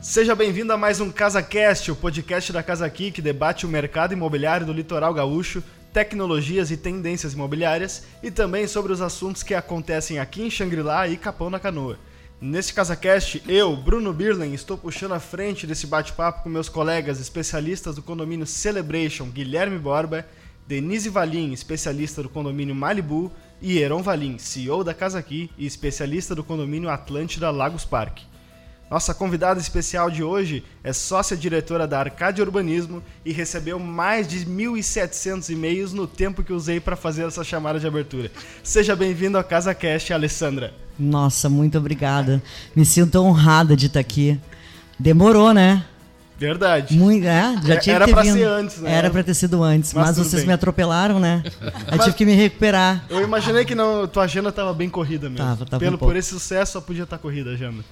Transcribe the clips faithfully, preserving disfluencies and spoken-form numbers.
Seja bem-vindo a mais um CasaCast, o podcast da Casa Aqui que debate o mercado imobiliário do litoral gaúcho, tecnologias e tendências imobiliárias e também sobre os assuntos que acontecem aqui em Xangri-Lá e Capão da Canoa. Neste CasaCast, eu, Bruno Birlen, estou puxando a frente desse bate-papo com meus colegas especialistas do condomínio Celebration, Guilherme Borba, Denise Valim, especialista do condomínio Malibu, e Heron Valim, C E O da Casa Aqui e especialista do condomínio Atlântida Lagos Parque. Nossa convidada especial de hoje é sócia-diretora da Arcádia Urbanismo e recebeu mais de mil e setecentos e-mails no tempo que usei para fazer essa chamada de abertura. Seja bem-vindo ao CasaCast, Alessandra. Nossa, muito obrigada. Me sinto honrada de estar aqui. Demorou, né? Verdade. Muito, é, já tinha Era que ter pra vindo. ser antes, né? Era pra ter sido antes, mas, Mas tudo vocês bem. me atropelaram, né? Eu Mas- tive que me recuperar. Eu imaginei que não, tua agenda estava bem corrida mesmo. Tava, tava Pelo, um pouco. por esse sucesso, só podia estar corrida a agenda.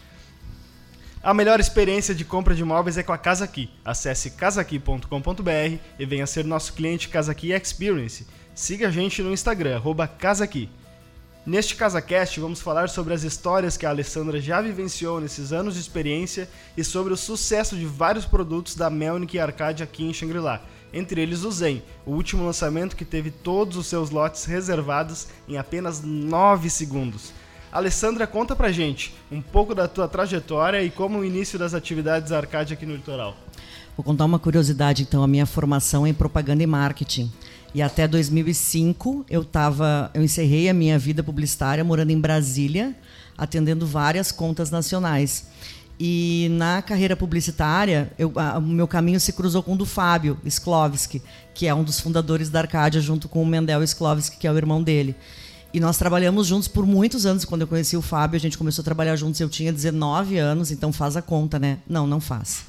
A melhor experiência de compra de imóveis é com a Casa Aqui. Acesse casa aqui ponto com ponto b r e venha ser nosso cliente Casa Aqui Experience. Siga a gente no Instagram, arroba Casa Aqui. Neste CasaCast, vamos falar sobre as histórias que a Alessandra já vivenciou nesses anos de experiência e sobre o sucesso de vários produtos da Melnick e Arcádia aqui em Xangri-Lá. Entre eles o Zen, o último lançamento que teve todos os seus lotes reservados em apenas nove segundos. Alessandra, conta pra gente um pouco da tua trajetória e como o início das atividades da Arcádia aqui no litoral. Vou contar uma curiosidade, então. A minha formação é em propaganda e marketing. E até dois mil e cinco eu, tava, eu encerrei a minha vida publicitária morando em Brasília, atendendo várias contas nacionais. E na carreira publicitária, eu, a, o meu caminho se cruzou com o do Fábio Sklovski, que é um dos fundadores da Arcádia, junto com o Mendel Sklovski, que é o irmão dele. E nós trabalhamos juntos por muitos anos. Quando eu conheci o Fábio, a gente começou a trabalhar juntos. Eu tinha dezenove anos, então faz a conta, né? Não, não faz.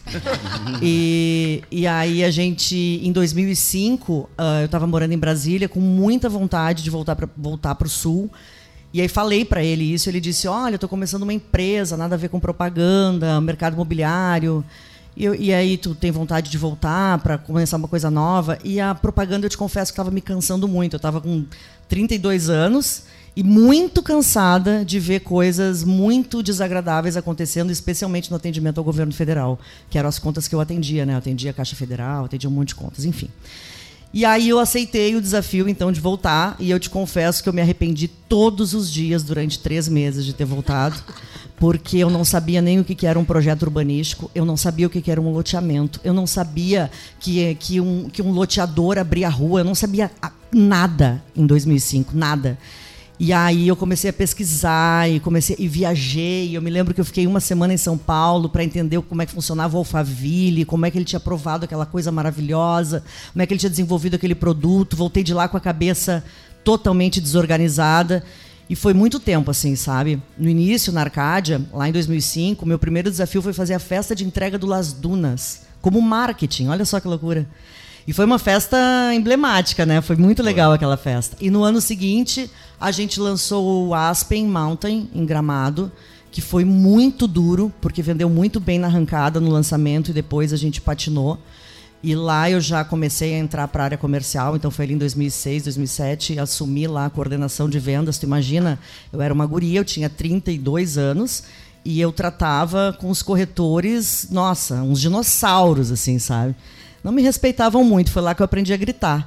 e, e aí a gente, em dois mil e cinco, uh, eu estava morando em Brasília com muita vontade de voltar para voltar para o Sul. E aí falei para ele isso. Ele disse, olha, eu estou começando uma empresa, nada a ver com propaganda, mercado imobiliário. E, eu, e aí tu tem vontade de voltar para começar uma coisa nova. E a propaganda, eu te confesso que estava me cansando muito. Eu estava com trinta e dois anos e muito cansada de ver coisas muito desagradáveis acontecendo, especialmente no atendimento ao governo federal, que eram as contas que eu atendia, né? Eu atendia a Caixa Federal, atendia um monte de contas, enfim. E aí eu aceitei o desafio, então, de voltar, e eu te confesso que eu me arrependi todos os dias durante três meses de ter voltado, porque eu não sabia nem o que era um projeto urbanístico, eu não sabia o que era um loteamento, eu não sabia que, que, um, que um loteador abria a rua, eu não sabia nada em dois mil e cinco, nada. E aí eu comecei a pesquisar e comecei e viajei. Eu me lembro que eu fiquei uma semana em São Paulo para entender como é que funcionava o Alphaville, como é que ele tinha provado aquela coisa maravilhosa, como é que ele tinha desenvolvido aquele produto. Voltei de lá com a cabeça totalmente desorganizada. E foi muito tempo, assim, sabe? No início, na Arcádia, lá em dois mil e cinco, meu primeiro desafio foi fazer a festa de entrega do Las Dunas, como marketing. Olha só que loucura. E foi uma festa emblemática, né? Foi muito legal aquela festa. E no ano seguinte, a gente lançou o Aspen Mountain, em Gramado, que foi muito duro, porque vendeu muito bem na arrancada, no lançamento, e depois a gente patinou. E lá eu já comecei a entrar para a área comercial, então foi ali em dois mil e seis, dois mil e sete, assumi lá a coordenação de vendas. Tu imagina, eu era uma guria, eu tinha trinta e dois anos, e eu tratava com os corretores, nossa, uns dinossauros, assim, sabe? Não me respeitavam muito, foi lá que eu aprendi a gritar.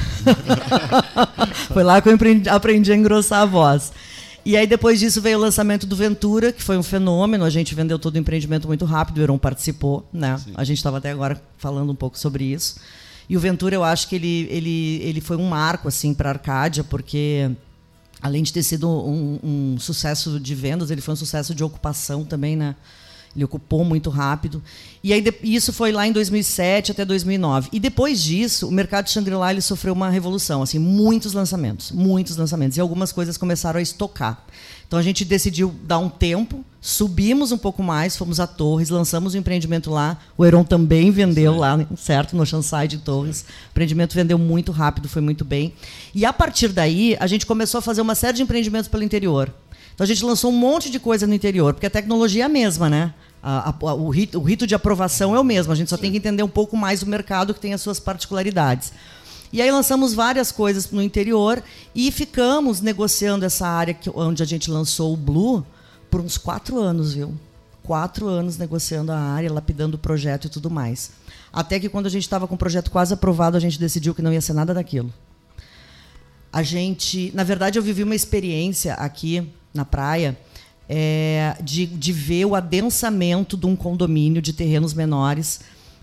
Foi lá que eu aprendi, aprendi a engrossar a voz. E aí depois disso veio o lançamento do Ventura, que foi um fenômeno, a gente vendeu todo o empreendimento muito rápido, o Heron participou, né? A gente estava até agora falando um pouco sobre isso. E o Ventura, eu acho que ele, ele, ele foi um marco assim, para a Arcádia, porque além de ter sido um, um sucesso de vendas, ele foi um sucesso de ocupação também, né? Ele ocupou muito rápido. E aí, de, isso foi lá em dois mil e sete até dois mil e nove. E depois disso, o mercado de Xangri-Lá ele sofreu uma revolução. Assim, muitos lançamentos, muitos lançamentos. E algumas coisas começaram a estocar. Então, a gente decidiu dar um tempo, subimos um pouco mais, fomos a Torres, lançamos o empreendimento lá. O Heron também vendeu Sim. lá, certo? No Oceanside, Torres. O empreendimento vendeu muito rápido, foi muito bem. E, a partir daí, a gente começou a fazer uma série de empreendimentos pelo interior. Então, a gente lançou um monte de coisa no interior, porque a tecnologia é a mesma, né? A, a, o, rito, o rito de aprovação é o mesmo, a gente só Sim. tem que entender um pouco mais o mercado, que tem as suas particularidades. E aí lançamos várias coisas no interior e ficamos negociando essa área que, onde a gente lançou o Blue por uns quatro anos, viu? quatro anos negociando a área, lapidando o projeto e tudo mais. Até que quando a gente estava com o projeto quase aprovado, a gente decidiu que não ia ser nada daquilo. A gente, na verdade, eu vivi uma experiência aqui na praia é, de, de ver o adensamento de um condomínio de terrenos menores.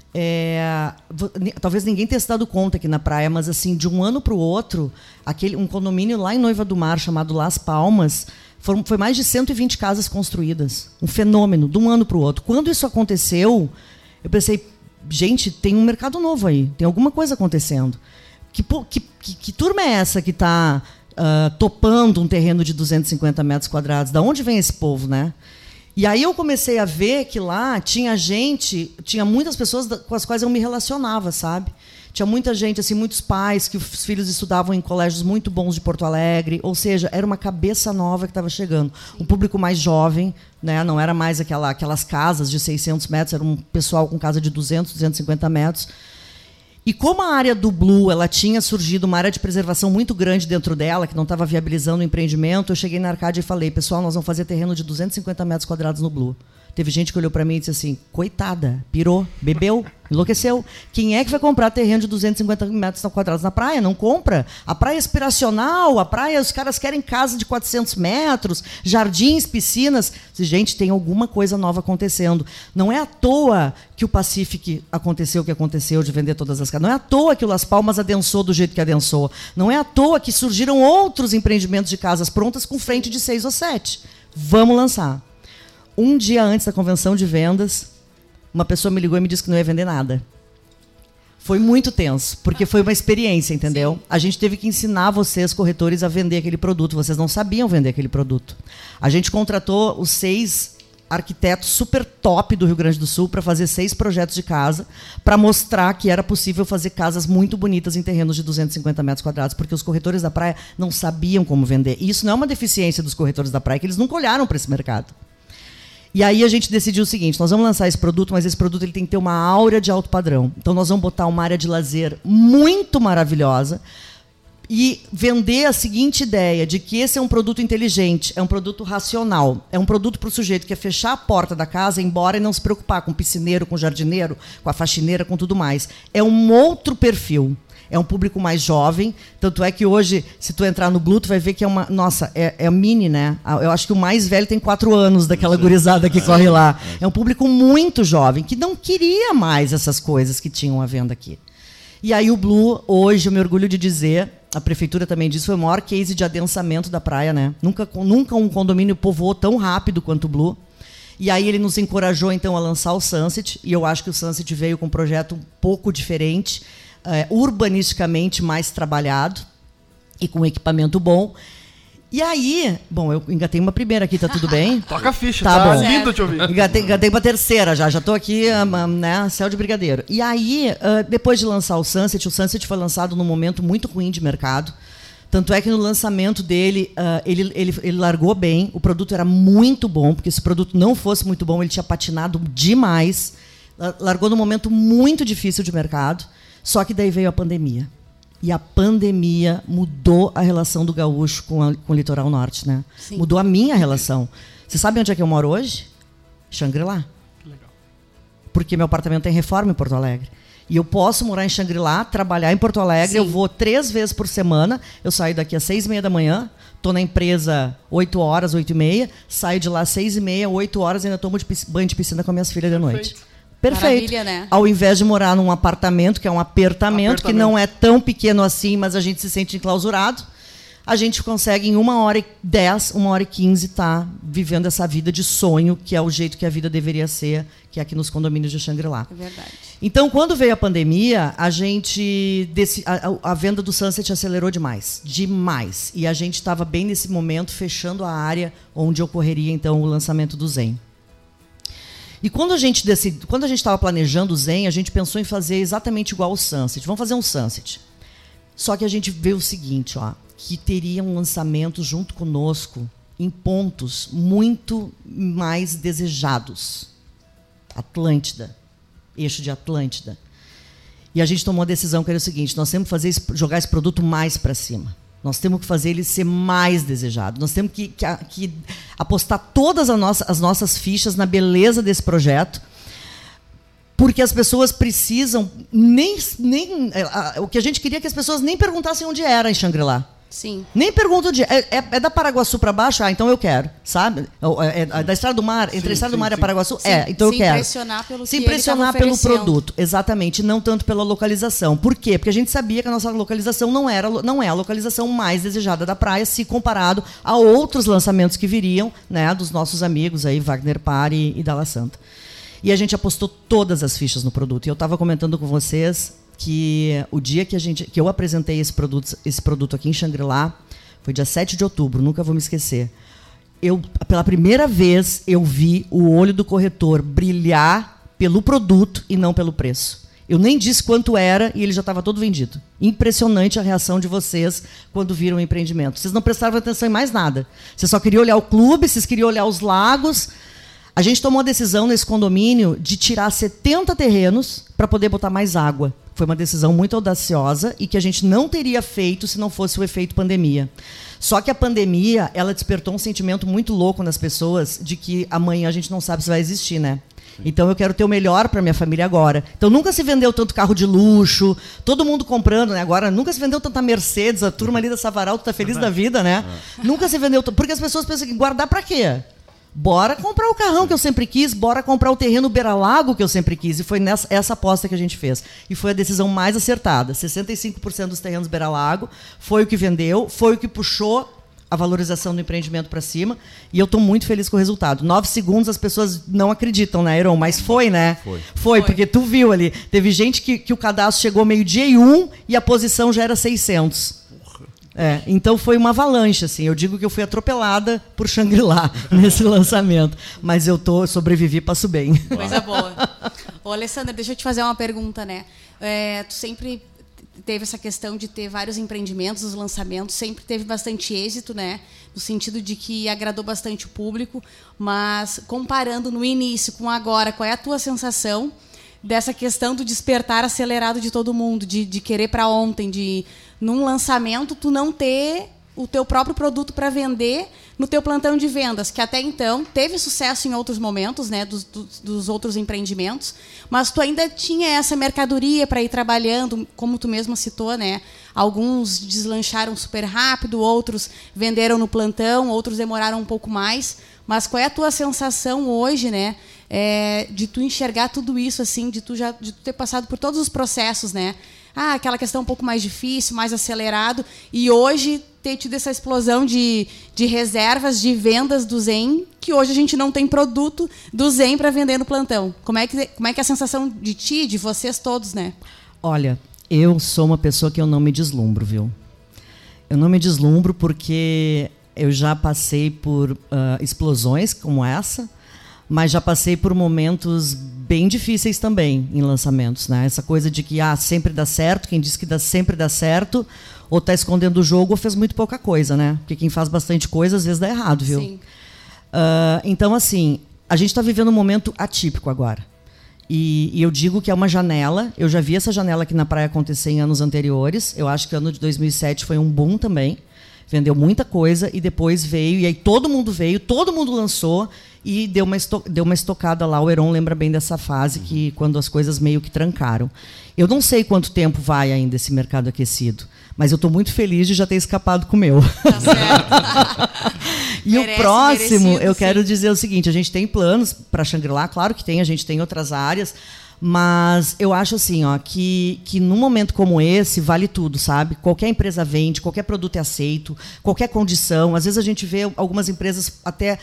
É, talvez ninguém tenha se dado conta aqui na praia, mas assim, de um ano para o outro, aquele, um condomínio lá em Noiva do Mar, chamado Las Palmas, foram, foi mais de cento e vinte casas construídas. Um fenômeno, de um ano para o outro. Quando isso aconteceu, eu pensei, gente, tem um mercado novo aí, tem alguma coisa acontecendo. Que, que, que, que turma é essa que está uh, topando um terreno de duzentos e cinquenta metros quadrados? Da onde vem esse povo, né? E aí eu comecei a ver que lá tinha gente, tinha muitas pessoas com as quais eu me relacionava, sabe? Tinha muita gente, assim, muitos pais que os filhos estudavam em colégios muito bons de Porto Alegre, ou seja, era uma cabeça nova que estava chegando. Um público mais jovem, né? Não era mais aquela, aquelas casas de seiscentos metros, era um pessoal com casa de duzentos, duzentos e cinquenta metros. E como a área do Blue ela tinha surgido uma área de preservação muito grande dentro dela, que não estava viabilizando o empreendimento, eu cheguei na Arcádia e falei, pessoal, nós vamos fazer terreno de duzentos e cinquenta metros quadrados no Blue. Teve gente que olhou para mim e disse assim, coitada, pirou, bebeu, enlouqueceu. Quem é que vai comprar terreno de duzentos e cinquenta metros quadrados na praia? Não compra. A praia é aspiracional, a praia, os caras querem casa de quatrocentos metros, jardins, piscinas. Gente, tem alguma coisa nova acontecendo. Não é à toa que o Pacific aconteceu o que aconteceu de vender todas as casas. Não é à toa que o Las Palmas adensou do jeito que adensou. Não é à toa que surgiram outros empreendimentos de casas prontas com frente de seis ou sete. Vamos lançar. Um dia antes da convenção de vendas, uma pessoa me ligou e me disse que não ia vender nada. Foi muito tenso, porque foi uma experiência, entendeu? Sim. A gente teve que ensinar vocês, corretores, a vender aquele produto. Vocês não sabiam vender aquele produto. A gente contratou os seis arquitetos super top do Rio Grande do Sul para fazer seis projetos de casa, para mostrar que era possível fazer casas muito bonitas em terrenos de duzentos e cinquenta metros quadrados, porque os corretores da praia não sabiam como vender. E isso não é uma deficiência dos corretores da praia, que eles nunca olharam para esse mercado. E aí a gente decidiu o seguinte, nós vamos lançar esse produto, mas esse produto ele tem que ter uma aura de alto padrão. Então nós vamos botar uma área de lazer muito maravilhosa e vender a seguinte ideia de que esse é um produto inteligente, é um produto racional, é um produto para o sujeito que é fechar a porta da casa, ir embora e não se preocupar com o piscineiro, com o jardineiro, com a faxineira, com tudo mais. É um outro perfil. É um público mais jovem, tanto é que hoje, se tu entrar no Blue, tu vai ver que é uma... Nossa, é, é mini, né? Eu acho que o mais velho tem quatro anos daquela gurizada que corre lá. É um público muito jovem, que não queria mais essas coisas que tinham à venda aqui. E aí o Blue, hoje, eu me orgulho de dizer, a prefeitura também disse, foi o maior case de adensamento da praia, né? Nunca, nunca um condomínio povoou tão rápido quanto o Blue. E aí ele nos encorajou, então, a lançar o Sunset, e eu acho que o Sunset veio com um projeto um pouco diferente, É, urbanisticamente mais trabalhado e com equipamento bom. E aí, bom, eu engatei uma primeira aqui, tá tudo bem? Toca a ficha, tá, tá bom. Lindo te ouvir. Engatei, engatei uma terceira já, já tô aqui, um, né, céu de brigadeiro. E aí, uh, depois de lançar o Sunset, o Sunset foi lançado num momento muito ruim de mercado. Tanto é que no lançamento dele, uh, ele, ele, ele largou bem, o produto era muito bom, porque se o produto não fosse muito bom, ele tinha patinado demais. Largou num momento muito difícil de mercado. Só que daí veio a pandemia. E a pandemia mudou a relação do gaúcho com, a, com o litoral norte, né? Sim. Mudou a minha relação. Você sabe onde é que eu moro hoje? Xangri-Lá. Legal. Porque meu apartamento tem reforma em Porto Alegre. E eu posso morar em Xangri-Lá, trabalhar em Porto Alegre. Sim. Eu vou três vezes por semana. Eu saio daqui às seis e meia da manhã. Estou na empresa oito horas, oito e meia. Saio de lá às seis e meia, oito horas. E ainda tomo de banho de piscina com as minhas filhas de noite. Perfeito. Perfeito. Maravilha, né? Ao invés de morar num apartamento, que é um apertamento, apertamento, que não é tão pequeno assim, mas a gente se sente enclausurado, a gente consegue em uma hora e dez, uma hora e quinze estar tá vivendo essa vida de sonho, que é o jeito que a vida deveria ser, que é aqui nos condomínios de Xangri-Lá. É verdade. Então, quando veio a pandemia, a gente desse, a, a venda do Sunset acelerou demais, demais. E a gente estava bem nesse momento fechando a área onde ocorreria então o lançamento do Zen. E quando a gente decidi, quando a gente estava planejando o Zen, a gente pensou em fazer exatamente igual o Sunset. Vamos fazer um Sunset. Só que a gente vê o seguinte, ó, que teria um lançamento junto conosco em pontos muito mais desejados. Atlântida, eixo de Atlântida. E a gente tomou a decisão que era o seguinte, nós temos que fazer esse, jogar esse produto mais para cima. Nós temos que fazer ele ser mais desejado. Nós temos que, que, que apostar todas as nossas, as nossas fichas na beleza desse projeto, porque as pessoas precisam nem... nem a, a, o que a gente queria é que as pessoas nem perguntassem onde era em Xangri-Lá. Sim. Nem pergunta onde é. É, é da Paraguaçu para baixo? Ah, então eu quero, sabe? É, é, é da Estrada do Mar, entre sim, a Estrada sim, do Mar sim. e a Paraguaçu? Sim, é, então eu quero. Se impressionar pelo Se que impressionar pelo produto, exatamente, não tanto pela localização. Por quê? Porque a gente sabia que a nossa localização não, era, não é a localização mais desejada da praia, se comparado a outros lançamentos que viriam, né, dos nossos amigos aí, Wagner Pari e Dalla Santa. E a gente apostou todas as fichas no produto. E eu estava comentando com vocês que o dia que, a gente, que eu apresentei esse produto, esse produto aqui em Xangri-Lá, foi dia sete de outubro, nunca vou me esquecer. Eu, pela primeira vez, eu vi o olho do corretor brilhar pelo produto e não pelo preço. Eu nem disse quanto era e ele já estava todo vendido. Impressionante a reação de vocês quando viram o empreendimento. Vocês não prestavam atenção em mais nada. Vocês só queriam olhar o clube, vocês queriam olhar os lagos. A gente tomou a decisão nesse condomínio de tirar setenta terrenos para poder botar mais água. Foi uma decisão muito audaciosa e que a gente não teria feito se não fosse o efeito pandemia. Só que a pandemia, ela despertou um sentimento muito louco nas pessoas de que amanhã a gente não sabe se vai existir, né? Então eu quero ter o melhor para minha família agora. Então nunca se vendeu tanto carro de luxo, todo mundo comprando, né? Agora nunca se vendeu tanta Mercedes, a turma ali da Savaralto está feliz da vida, né? É. Nunca se vendeu, porque as pessoas pensam que guardar para quê? Bora comprar o carrão que eu sempre quis, bora comprar o terreno Beira-Lago que eu sempre quis. E foi nessa, essa aposta que a gente fez. E foi a decisão mais acertada. sessenta e cinco por cento dos terrenos Beira-Lago foi o que vendeu, foi o que puxou a valorização do empreendimento para cima. E eu estou muito feliz com o resultado. Nove segundos as pessoas não acreditam, né, Heron? Mas foi, né? Foi. Foi, foi. Porque tu viu ali. Teve gente que, que o cadastro chegou meio-dia e um e a posição já era seiscentos. É, então foi uma avalanche, assim. Eu digo que eu fui atropelada por Xangri-Lá nesse lançamento. Mas eu tô, sobrevivi, passo bem. Coisa boa. Ô, Alessandra, deixa eu te fazer uma pergunta, né? É, tu sempre teve essa questão de ter vários empreendimentos, os lançamentos, sempre teve bastante êxito, né? No sentido de que agradou bastante o público. Mas comparando no início com agora, qual é a tua sensação dessa questão do despertar acelerado de todo mundo, de, de querer para ontem, de num lançamento tu não ter o teu próprio produto para vender no teu plantão de vendas, que até então teve sucesso em outros momentos, né, dos, dos, dos outros empreendimentos, mas tu ainda tinha essa mercadoria para ir trabalhando, como tu mesma citou, né? Alguns deslancharam super rápido, outros venderam no plantão, outros demoraram um pouco mais. Mas qual é a tua sensação hoje, né, é, de tu enxergar tudo isso, assim, de tu já de tu ter passado por todos os processos, né? Ah, aquela questão um pouco mais difícil, mais acelerado, e hoje ter tido essa explosão de, de reservas, de vendas do Zen, que hoje a gente não tem produto do Zen para vender no plantão. Como é, que, como é que é a sensação de ti, de vocês todos, né? Olha, eu sou uma pessoa que eu não me deslumbro, viu? Eu não me deslumbro porque eu já passei por uh, explosões como essa, mas já passei por momentos bem difíceis também em lançamentos, né? Essa coisa de que ah, sempre dá certo, quem diz que dá, sempre dá certo, ou está escondendo o jogo ou fez muito pouca coisa, né? Porque quem faz bastante coisa às vezes dá errado, viu? Sim. Uh, então, assim, a gente está vivendo um momento atípico agora. E, e eu digo que é uma janela. Eu já vi essa janela aqui na praia acontecer em anos anteriores. Eu acho que o ano de dois mil e sete foi um boom também. Vendeu muita coisa e depois veio, e aí todo mundo veio, todo mundo lançou e deu uma, esto deu uma estocada lá. O Heron lembra bem dessa fase, que quando as coisas meio que trancaram. Eu não sei quanto tempo vai ainda esse mercado aquecido, mas eu estou muito feliz de já ter escapado com o meu. Tá certo. E Merece, o próximo, merecido, eu sim. quero dizer o seguinte, a gente tem planos para Xangri-Lá, claro que tem, a gente tem outras áreas, mas eu acho assim, ó, que, que num momento como esse vale tudo, sabe? Qualquer empresa vende, qualquer produto é aceito, qualquer condição. Às vezes a gente vê algumas empresas até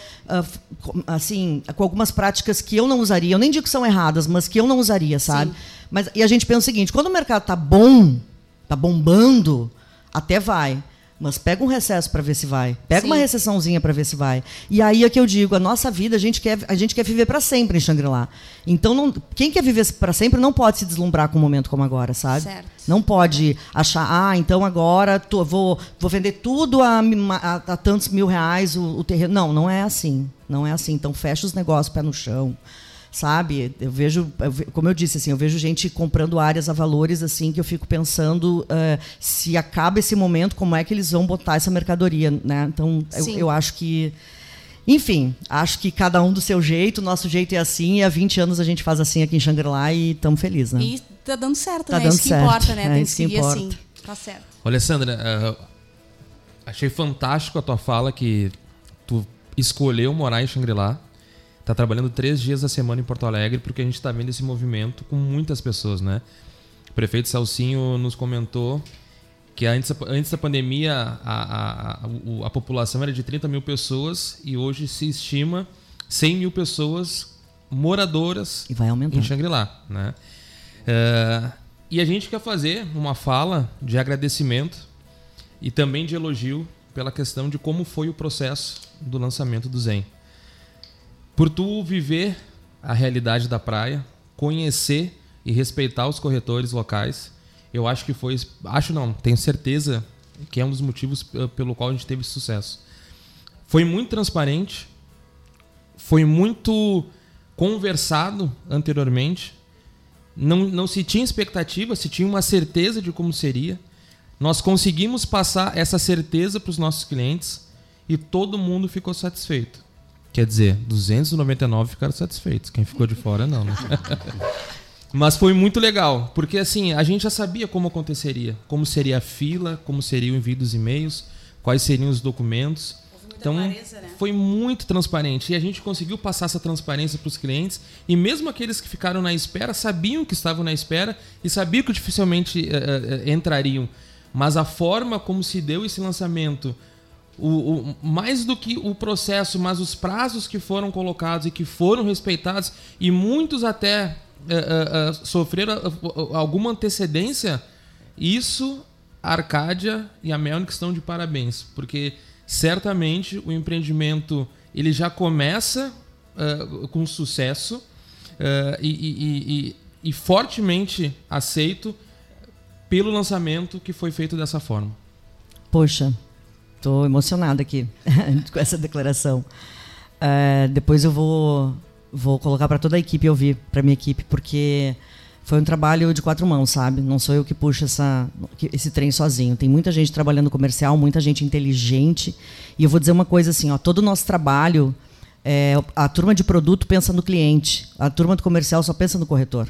uh, assim, com algumas práticas que eu não usaria. Eu nem digo que são erradas, mas que eu não usaria, sabe? Mas, e a gente pensa o seguinte, quando o mercado está bom, está bombando, até vai. Mas pega um recesso para ver se vai. Pega Sim. uma recessãozinha para ver se vai. E aí é que eu digo, a nossa vida, a gente quer, a gente quer viver para sempre em Xangri-Lá. Então, não, quem quer viver para sempre não pode se deslumbrar com um momento como agora, sabe? Certo. Não pode achar, ah, então agora tô, vou, vou vender tudo a, a, a tantos mil reais o, o terreno. Não, não é assim. Não é assim. Então, fecha os negócios, pé no chão. sabe? Eu vejo, eu ve, como eu disse, assim, eu vejo gente comprando áreas a valores assim que eu fico pensando uh, se acaba esse momento, como é que eles vão botar essa mercadoria, né? Então, eu, eu acho que, enfim, acho que cada um do seu jeito, nosso jeito é assim, e há vinte anos a gente faz assim aqui em Xangri-Lá e estamos felizes, né? E tá dando certo, tá né? Dando isso que certo. importa, né? É, Tem isso que que seguir importa. assim. Tá certo. Olha, Sandra, uh, achei fantástico a tua fala que tu escolheu morar em Xangri-Lá. Está trabalhando três dias da semana em Porto Alegre, porque a gente está vendo esse movimento com muitas pessoas, né? O prefeito Celcinho nos comentou que antes, antes da pandemia a, a, a, a população era de trinta mil pessoas e hoje se estima cem mil pessoas moradoras e vai aumentar. em Xangri-Lá, né? Uh, e a gente quer fazer uma fala de agradecimento e também de elogio pela questão de como foi o processo do lançamento do Zen. Por tu viver a realidade da praia, conhecer e respeitar os corretores locais, eu acho que foi... Acho não, tenho certeza que é um dos motivos pelo qual a gente teve sucesso. Foi muito transparente, foi muito conversado anteriormente, não, não se tinha expectativa, se tinha uma certeza de como seria. Nós conseguimos passar essa certeza para os nossos clientes e todo mundo ficou satisfeito. Quer dizer, duzentos e noventa e nove ficaram satisfeitos. Quem ficou de fora, não, né? Mas foi muito legal, porque assim, a gente já sabia como aconteceria, como seria a fila, como seria o envio dos e-mails, quais seriam os documentos. Então, clareza, né? Foi muito transparente e a gente conseguiu passar essa transparência para os clientes e mesmo aqueles que ficaram na espera sabiam que estavam na espera e sabiam que dificilmente uh, uh, entrariam. Mas a forma como se deu esse lançamento, O, o, mais do que o processo, mas os prazos que foram colocados e que foram respeitados, e muitos até uh, uh, uh, sofreram uh, uh, alguma antecedência, isso a Arcádia e a Melnick estão de parabéns, porque certamente o empreendimento ele já começa uh, com sucesso uh, e, e, e, e fortemente aceito pelo lançamento que foi feito dessa forma. Poxa, estou emocionada aqui com essa declaração. Uh, depois eu vou, vou colocar para toda a equipe ouvir, para minha equipe, porque foi um trabalho de quatro mãos, sabe? Não sou eu que puxo essa, esse trem sozinho. Tem muita gente trabalhando comercial, muita gente inteligente. E eu vou dizer uma coisa assim, ó, todo o nosso trabalho, é, a turma de produto pensa no cliente, a turma do comercial só pensa no corretor.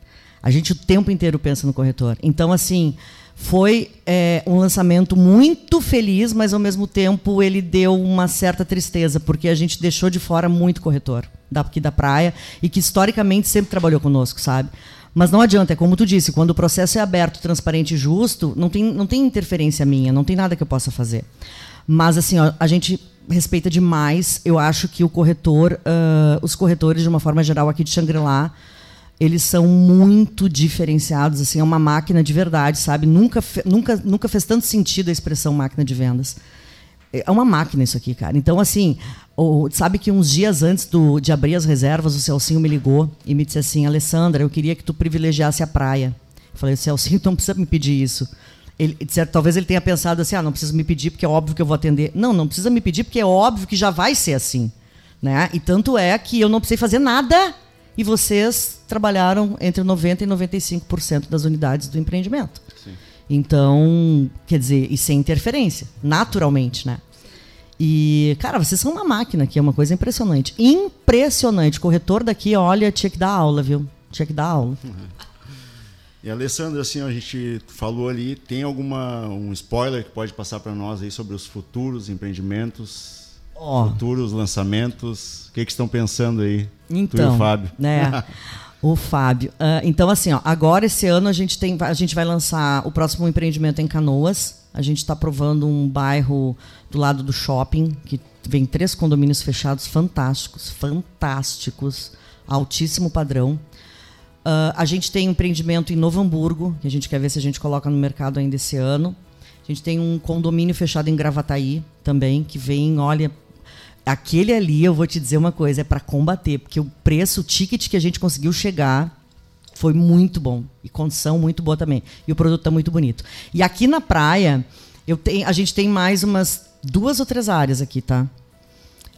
A gente o tempo inteiro pensa no corretor. Então, assim, foi é, um lançamento muito feliz, mas ao mesmo tempo ele deu uma certa tristeza, porque a gente deixou de fora muito corretor daqui da praia e que historicamente sempre trabalhou conosco, sabe? Mas não adianta, é como tu disse, quando o processo é aberto, transparente e justo, não tem, não tem interferência minha, não tem nada que eu possa fazer. Mas assim, ó, a gente respeita demais. Eu acho que o corretor, uh, os corretores, de uma forma geral, aqui de Xangri-Lá, eles são muito diferenciados, assim, é uma máquina de verdade, sabe? Nunca, fe, nunca, nunca fez tanto sentido a expressão máquina de vendas. É uma máquina isso aqui, cara. Então, assim, o, sabe que uns dias antes do, de abrir as reservas, o Celcinho me ligou e me disse assim: Alessandra, eu queria que tu privilegiasse a praia. Eu falei: Celcinho, tu não precisa me pedir isso. Ele, certo, talvez ele tenha pensado assim: ah, não precisa me pedir porque é óbvio que eu vou atender. Não, não precisa me pedir porque é óbvio que já vai ser assim, né? E tanto é que eu não precisei fazer nada e vocês trabalharam entre noventa por cento e noventa e cinco por cento das unidades do empreendimento. Sim. Então, quer dizer, e sem interferência, naturalmente, né? E, cara, vocês são uma máquina aqui, é uma coisa impressionante. Impressionante. O corretor daqui, olha, tinha que dar aula, viu? Tinha que dar aula. Uhum. E, Alessandra, assim, a gente falou ali, tem alguma um spoiler que pode passar para nós aí sobre os futuros empreendimentos, oh. futuros lançamentos? O que, que estão pensando aí? Então, tu e o Fábio? Né? O Fábio. Uh, então, assim, ó, agora esse ano a gente, tem, a gente vai lançar o próximo empreendimento em Canoas. A gente está provando um bairro do lado do shopping, que vem três condomínios fechados fantásticos, fantásticos, altíssimo padrão. Uh, a gente tem um empreendimento em Novo Hamburgo, que a gente quer ver se a gente coloca no mercado ainda esse ano. A gente tem um condomínio fechado em Gravataí também, que vem, olha... Aquele ali, eu vou te dizer uma coisa, é para combater, porque o preço, o ticket que a gente conseguiu chegar foi muito bom. E condição muito boa também. E o produto está muito bonito. E aqui na praia, eu tenho, a gente tem mais umas duas ou três áreas aqui, tá?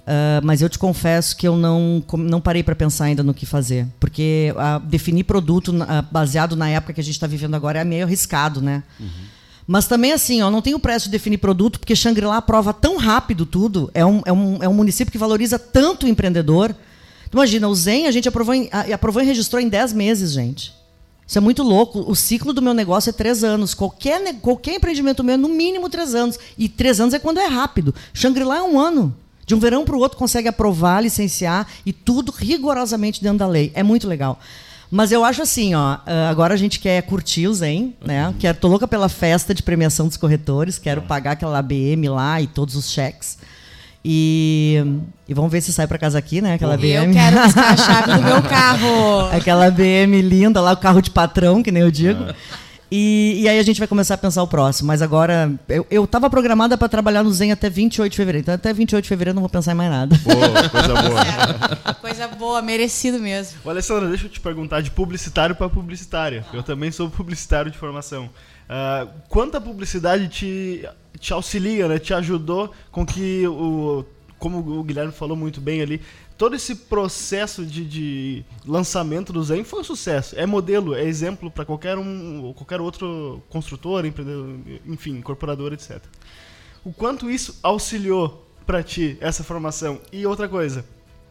Uh, mas eu te confesso que eu não, não parei para pensar ainda no que fazer. Porque uh, definir produto uh, baseado na época que a gente está vivendo agora é meio arriscado, né? Uhum. Mas também, assim, ó, não tenho pressa de definir produto, porque Xangri-Lá aprova tão rápido tudo. É um, é, um, é um município que valoriza tanto o empreendedor. Imagina, o Zen a gente aprovou, em, aprovou e registrou em dez meses, gente. Isso é muito louco. O ciclo do meu negócio é três anos. Qualquer, qualquer empreendimento meu é no mínimo três anos. E três anos é quando é rápido. Xangri-Lá é um ano. De um verão para o outro consegue aprovar, licenciar e tudo rigorosamente dentro da lei. É muito legal. Mas eu acho assim, ó, agora a gente quer curtir o Zen, né? Quero, tô louca pela festa de premiação dos corretores, quero pagar aquela B M lá e todos os cheques. E, e vamos ver se sai para casa aqui, né? Aquela B M. Eu quero buscar a chave do meu carro. Aquela B M linda lá, o carro de patrão, que nem eu digo. E, e aí a gente vai começar a pensar o próximo. Mas agora, eu estava programada para trabalhar no Zen até vinte e oito de fevereiro. Então até vinte e oito de fevereiro eu não vou pensar em mais nada. Boa, coisa boa. Coisa boa, merecido mesmo. Ô, Alessandra, deixa eu te perguntar de publicitário para publicitária. Eu também sou publicitário de formação. Uh, quanta publicidade te, te auxilia, né? Te ajudou com que, o, como o Guilherme falou muito bem ali, todo esse processo de, de lançamento do Zen foi um sucesso. É modelo, é exemplo para qualquer um, qualquer outro construtor, empreendedor, enfim, incorporador, etcétera. O quanto isso auxiliou para ti, essa formação? E outra coisa,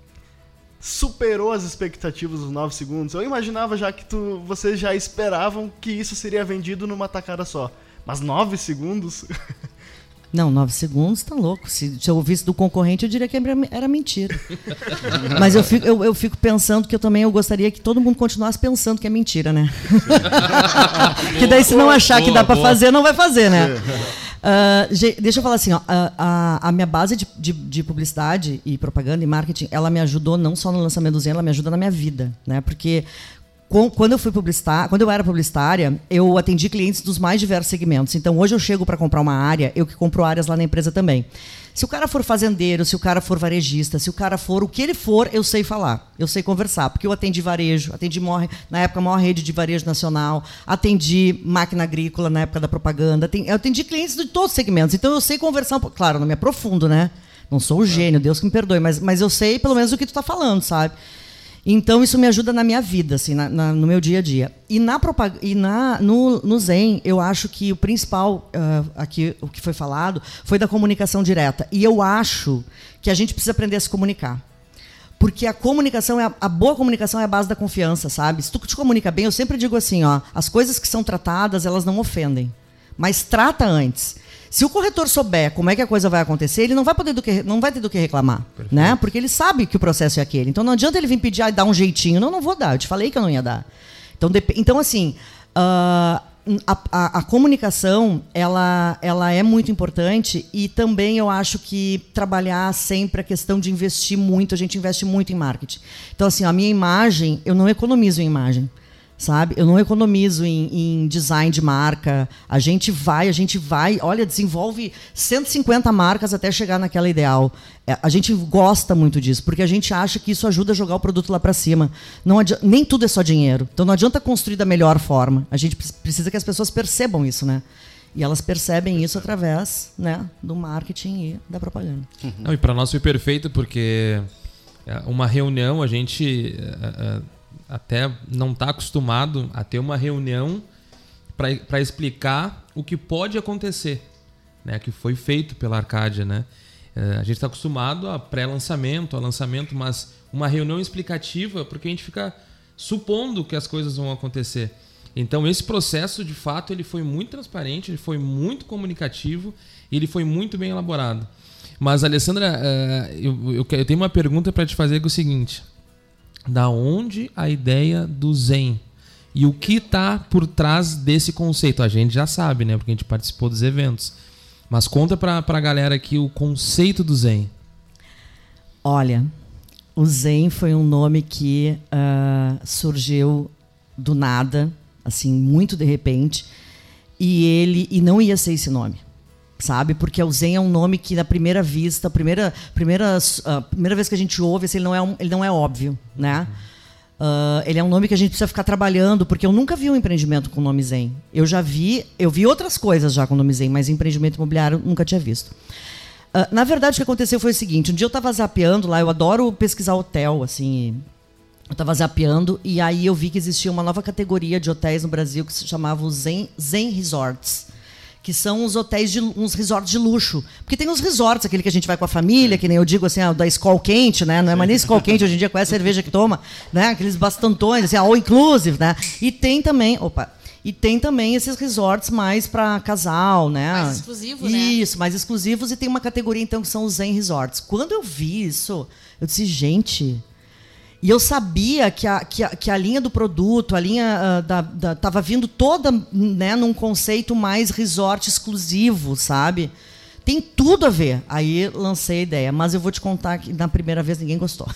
superou as expectativas dos nove segundos? Eu imaginava já que tu, vocês já esperavam que isso seria vendido numa tacada só. Mas nove segundos... Não, nove segundos, tá louco. Se, se eu ouvisse do concorrente, eu diria que era mentira. Mas eu fico, eu, eu fico pensando que eu também eu gostaria que todo mundo continuasse pensando que é mentira, né? Que daí, se não achar boa, que dá para fazer, não vai fazer, né? Uh, deixa eu falar assim, ó, a, a, a minha base de, de, de publicidade e propaganda e marketing, ela me ajudou não só no lançamento do Zen, ela me ajuda na minha vida, né? Porque quando eu fui publicitar, quando eu era publicitária, eu atendi clientes dos mais diversos segmentos. Então, hoje eu chego para comprar uma área, eu que compro áreas lá na empresa também. Se o cara for fazendeiro, se o cara for varejista, se o cara for o que ele for, eu sei falar, eu sei conversar. Porque eu atendi varejo, atendi maior, na época a maior rede de varejo nacional, atendi máquina agrícola na época da propaganda, eu atendi clientes de todos os segmentos. Então, eu sei conversar um pouco. Claro, não me aprofundo, né? Não sou o gênio, Deus que me perdoe, mas, mas eu sei pelo menos o que tu está falando, sabe? Então, isso me ajuda na minha vida, assim, na, na, no meu dia a dia. E, na propag... e na, no, no Zen, eu acho que o principal, uh, aqui, o que foi falado, foi da comunicação direta. E eu acho que a gente precisa aprender a se comunicar. Porque a comunicação, é a, a boa comunicação é a base da confiança, sabe? Se tu te comunica bem, eu sempre digo assim, ó, as coisas que são tratadas, elas não ofendem. Mas trata antes. Se o corretor souber como é que a coisa vai acontecer, ele não vai poder do que, não vai ter do que reclamar, né? Porque ele sabe que o processo é aquele. Então não adianta ele vir pedir e dar um jeitinho. Não, não vou dar. Eu te falei que eu não ia dar. Então, então assim, uh, a, a, a comunicação ela, ela é muito importante e também eu acho que trabalhar sempre a questão de investir muito. A gente investe muito em marketing. Então assim, a minha imagem, eu não economizo em imagem. Sabe? Eu não economizo em, em design de marca. A gente vai, a gente vai, olha, desenvolve cento e cinquenta marcas até chegar naquela ideal. A gente gosta muito disso, porque a gente acha que isso ajuda a jogar o produto lá para cima. Não adianta, nem tudo é só dinheiro. Então não adianta construir da melhor forma. A gente precisa que as pessoas percebam isso, né? E elas percebem isso através, né, do marketing e da propaganda. Uhum. Não, e para nós foi perfeito, porque uma reunião, a gente... Uh, uh, até não está acostumado a ter uma reunião para explicar o que pode acontecer, né? Que foi feito pela Arcadia, né? A gente está acostumado a pré-lançamento, a lançamento, mas uma reunião explicativa, porque a gente fica supondo que as coisas vão acontecer. Então esse processo, de fato, ele foi muito transparente, ele foi muito comunicativo e ele foi muito bem elaborado. Mas, Alessandra, eu, eu, eu tenho uma pergunta para te fazer, que é o seguinte: da onde a ideia do Zen? E o que está por trás desse conceito? A gente já sabe, né? Porque a gente participou dos eventos. Mas conta para a galera aqui o conceito do Zen. Olha, o Zen foi um nome que uh, surgiu do nada, assim, muito de repente. E ele e não ia ser esse nome. Sabe? Porque o Zen é um nome que, na primeira vista, a primeira, primeira, uh, primeira vez que a gente ouve, assim, ele, não é um, ele não é óbvio, né? Uh, ele é um nome que a gente precisa ficar trabalhando, porque eu nunca vi um empreendimento com o nome Zen. Eu já vi, eu vi outras coisas já com o nome Zen, mas empreendimento imobiliário nunca tinha visto. Uh, na verdade, o que aconteceu foi o seguinte. Um dia eu estava zapeando lá, eu adoro pesquisar hotel, assim... Eu estava zapeando e aí eu vi que existia uma nova categoria de hotéis no Brasil que se chamava os Zen, Zen Resorts, que são os hotéis, de, uns resorts de luxo. Porque tem os resorts, aquele que a gente vai com a família, que nem eu digo assim, ah, da Skol quente, né? Não é mais nem Skol quente hoje em dia, com essa cerveja que toma, né? Aqueles bastantões, assim, all inclusive, né? E tem também, opa, e tem também esses resorts mais para casal, né? Mais exclusivos, né? Isso, mais exclusivos, e tem uma categoria então que são os Zen Resorts. Quando eu vi isso, eu disse, gente... E eu sabia que a, que a, que a linha do produto, a linha uh, da, da, tava vindo toda, né, num conceito mais resort exclusivo, sabe? Tem tudo a ver. Aí lancei a ideia, mas eu vou te contar que na primeira vez ninguém gostou.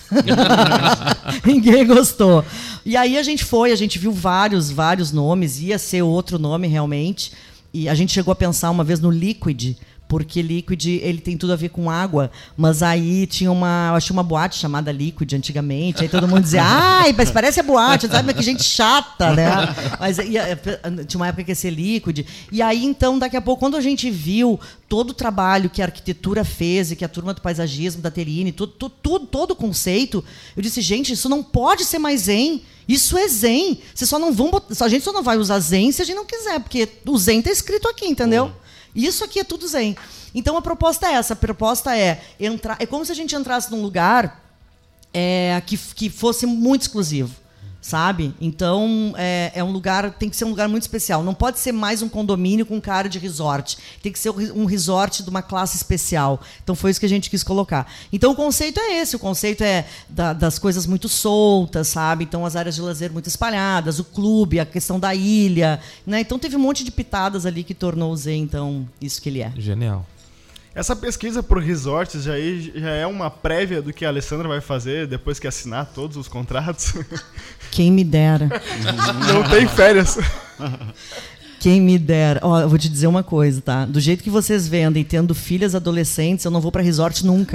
Ninguém gostou. E aí a gente foi, a gente viu vários, vários nomes, ia ser outro nome realmente. E a gente chegou a pensar uma vez no Liquid, porque Liquid, ele tem tudo a ver com água, mas aí tinha uma, eu acho uma boate chamada Liquid antigamente, aí todo mundo dizia, ai, mas parece a boate, sabe, mas que gente chata, né? Mas ia, tinha uma época que ia ser Liquid, e aí então, daqui a pouco, quando a gente viu todo o trabalho que a arquitetura fez, e que a turma do paisagismo, da Terrine, tudo, tudo, tudo, todo o conceito, eu disse, gente, isso não pode ser mais zen, isso é zen, vocês só não vão botar, a gente só não vai usar zen se a gente não quiser, porque o zen está escrito aqui, entendeu? Uhum. Isso aqui é tudo zen. Então a proposta é essa. A proposta é entrar. É como se a gente entrasse num lugar é, que, que fosse muito exclusivo, sabe? Então é, é um lugar, tem que ser um lugar muito especial. Não pode ser mais um condomínio com cara de resort. Tem que ser um resort de uma classe especial. Então foi isso que a gente quis colocar. Então o conceito é esse. O conceito é da, das coisas muito soltas, sabe? Então as áreas de lazer muito espalhadas, o clube, a questão da ilha, né? Então teve um monte de pitadas ali que tornou o Zen, então, isso que ele é. Genial. Essa pesquisa por resorts já é, já é uma prévia do que a Alessandra vai fazer depois que assinar todos os contratos? Quem me dera. Não tem férias. Quem me dera. Ó, eu vou te dizer uma coisa, tá? Do jeito que vocês vendem, tendo filhas adolescentes, eu não vou pra resort nunca.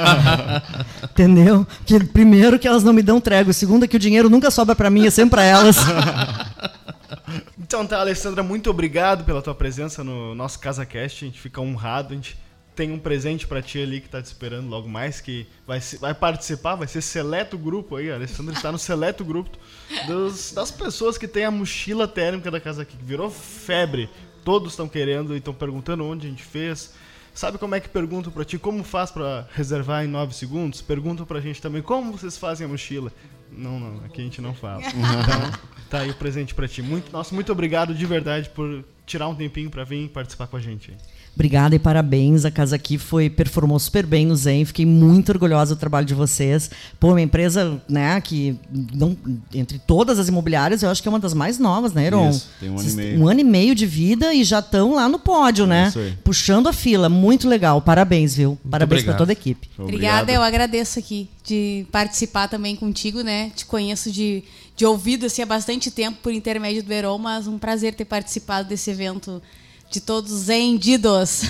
Entendeu? Porque, primeiro, que elas não me dão trégua. Segundo, que o dinheiro nunca sobra pra mim, é sempre pra elas. Então tá, Alessandra, muito obrigado pela tua presença no nosso CasaCast. A gente fica honrado. A gente tem um presente pra ti ali que tá te esperando logo mais, que vai, vai participar, vai ser seleto grupo aí. A Alessandra está no seleto grupo dos, das pessoas que tem a mochila térmica da Casa Aqui, que virou febre. Todos estão querendo e estão perguntando onde a gente fez. Sabe como é que perguntam pra ti como faz pra reservar em nove segundos? Perguntam pra gente também como vocês fazem a mochila. Não, não, aqui a gente não fala. Então, tá aí o presente pra ti. Muito, nossa, muito obrigado de verdade por tirar um tempinho pra vir participar com a gente. Obrigada e parabéns. A Casa Aqui foi, performou super bem no Zen. Fiquei muito orgulhosa do trabalho de vocês. Pô, uma empresa, né, que não, entre todas as imobiliárias, eu acho que é uma das mais novas, né, Heron? Isso, tem um ano e meio. Um ano e meio de vida e já estão lá no pódio, né? Isso aí. Puxando a fila. Muito legal. Parabéns, viu? Muito Parabéns para toda a equipe. Obrigada, Obrigado. eu agradeço aqui de participar também contigo, né? Te conheço de, de ouvido assim, há bastante tempo por intermédio do Heron, mas um prazer ter participado desse evento de todos os zendidos.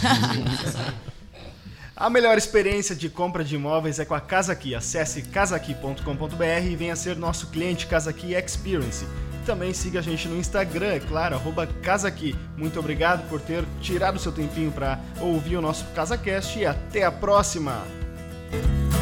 A melhor experiência de compra de imóveis é com a Casa Aqui. Acesse casa aqui ponto com ponto b r e venha ser nosso cliente Casa Aqui Experience. Também siga a gente no Instagram, é claro, arroba Casa Aqui. Muito obrigado por ter tirado o seu tempinho para ouvir o nosso CasaCast e até a próxima!